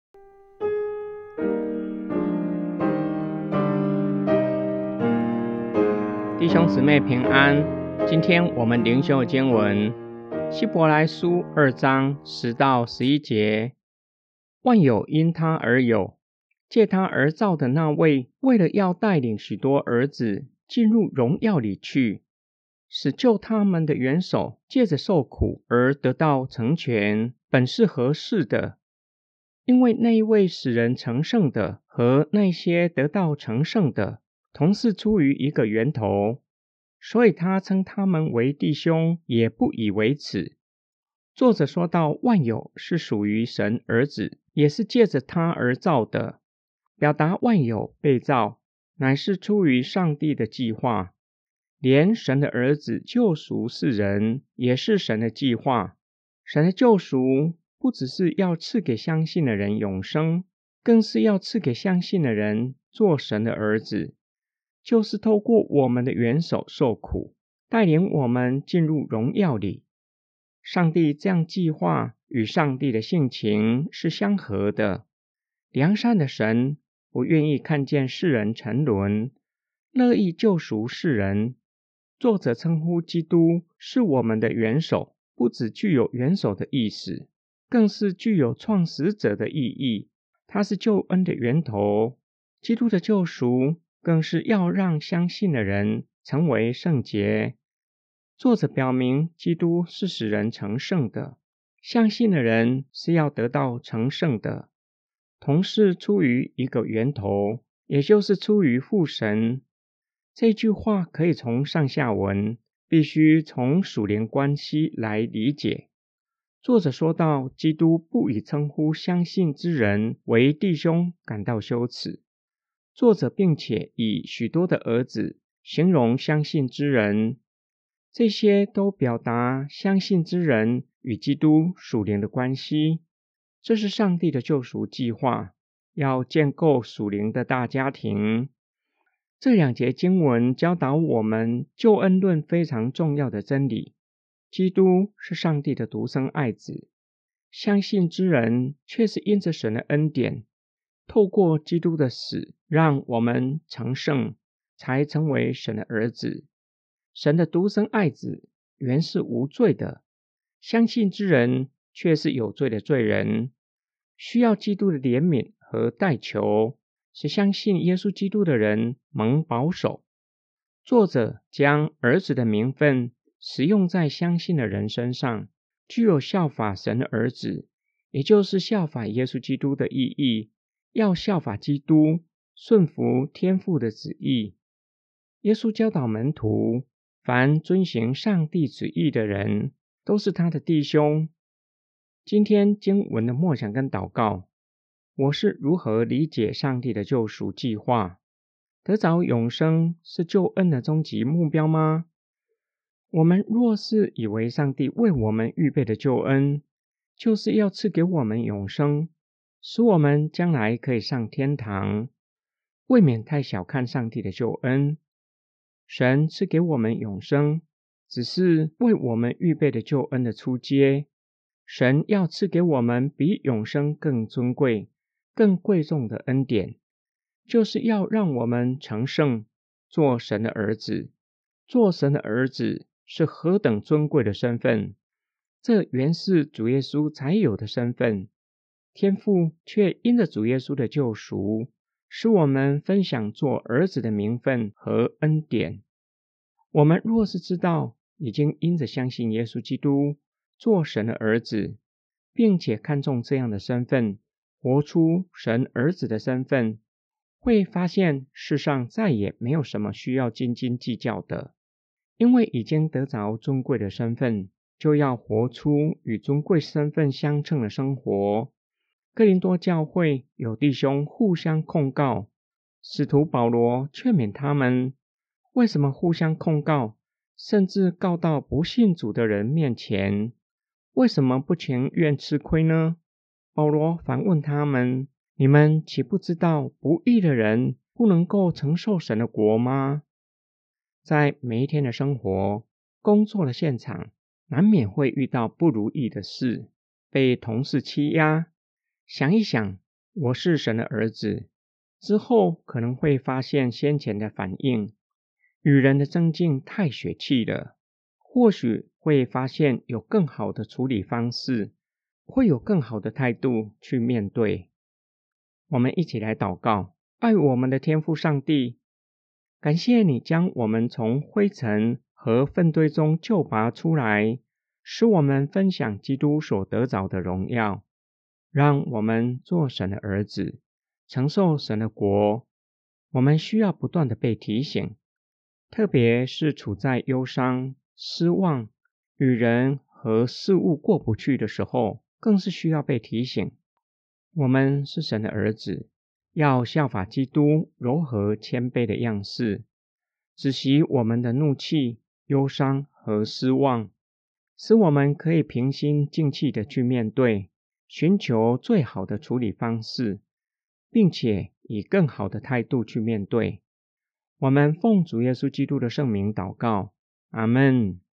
弟兄姊妹平安，今天我们灵修的经文希伯来书2章10到11节。万有因他而有，借他而造的那位，为了要带领许多儿子进入荣耀里去，使救他们的元首借着受苦而得到成全，本是合适的。因为那一位使人成圣的和那些得到成圣的，同是出于一个源头，所以他称他们为弟兄，也不以为耻。作者说到，万有是属于神儿子，也是借着他而造的，表达万有被造乃是出于上帝的计划，连神的儿子救赎世人也是神的计划。神的救赎不只是要赐给相信的人永生，更是要赐给相信的人做神的儿子，就是透过我们的元首受苦，带领我们进入荣耀里。上帝这样计划与上帝的性情是相合的。良善的神不愿意看见世人沉沦，乐意救赎世人。作者称呼基督是我们的元首，不只具有元首的意思，更是具有创始者的意义。他是救恩的源头，基督的救赎更是要让相信的人成为圣洁。作者表明，基督是使人成圣的，相信的人是要得到成圣的，同是出于一个源头，也就是出于父神。这句话可以从上下文，必须从属灵关系来理解。作者说到，基督不以称呼相信之人为弟兄感到羞耻。作者并且以许多的儿子形容相信之人，这些都表达相信之人与基督属灵的关系。这是上帝的救赎计划，要建构属灵的大家庭。这2节经文教导我们救恩论非常重要的真理。基督是上帝的独生爱子，相信之人却是因着神的恩典，透过基督的死，让我们成圣，才成为神的儿子。神的独生爱子原是无罪的，相信之人却是有罪的罪人，需要基督的怜悯和代求，使相信耶稣基督的人蒙保守。作者将儿子的名分使用在相信的人身上，具有效法神的儿子，也就是效法耶稣基督的意义，要效法基督，顺服天父的旨意。耶稣教导门徒，凡遵行上帝旨意的人，都是他的弟兄。今天经文的默想跟祷告，我是如何理解上帝的救赎计划？得着永生是救恩的终极目标吗？我们若是以为上帝为我们预备的救恩，就是要赐给我们永生，使我们将来可以上天堂，未免太小看上帝的救恩。神赐给我们永生，只是为我们预备的救恩的初阶。神要赐给我们比永生更尊贵、更贵重的恩典，就是要让我们成圣，做神的儿子。做神的儿子是何等尊贵的身份，这原是主耶稣才有的身份。天父却因着主耶稣的救赎，使我们分享做儿子的名分和恩典。我们若是知道已经因着相信耶稣基督做神的儿子，并且看重这样的身份，活出神儿子的身份，会发现世上再也没有什么需要斤斤计较的，因为已经得着尊贵的身份，就要活出与尊贵身份相称的生活。哥林多教会有弟兄互相控告，使徒保罗劝勉他们，为什么互相控告，甚至告到不信主的人面前？为什么不情愿吃亏呢？保罗反问他们，你们岂不知道不义的人不能够承受神的国吗？在每一天的生活、工作的现场，难免会遇到不如意的事，被同事欺压。想一想， 我是神的儿子，之后可能会发现先前的反应与人的争竞太血气了，或许会发现有更好的处理方式，会有更好的态度去面对。我们一起来祷告。爱我们的天父上帝，感谢你将我们从灰尘和粪堆中救拔出来，使我们分享基督所得着的荣耀，让我们做神的儿子，承受神的国。我们需要不断的被提醒，特别是处在忧伤、失望、与人和事物过不去的时候，更是需要被提醒。我们是神的儿子，要效法基督柔和谦卑的样式，止息我们的怒气、忧伤和失望，使我们可以平心静气的去面对，寻求最好的处理方式，并且以更好的态度去面对。我们奉主耶稣基督的圣名祷告，阿们。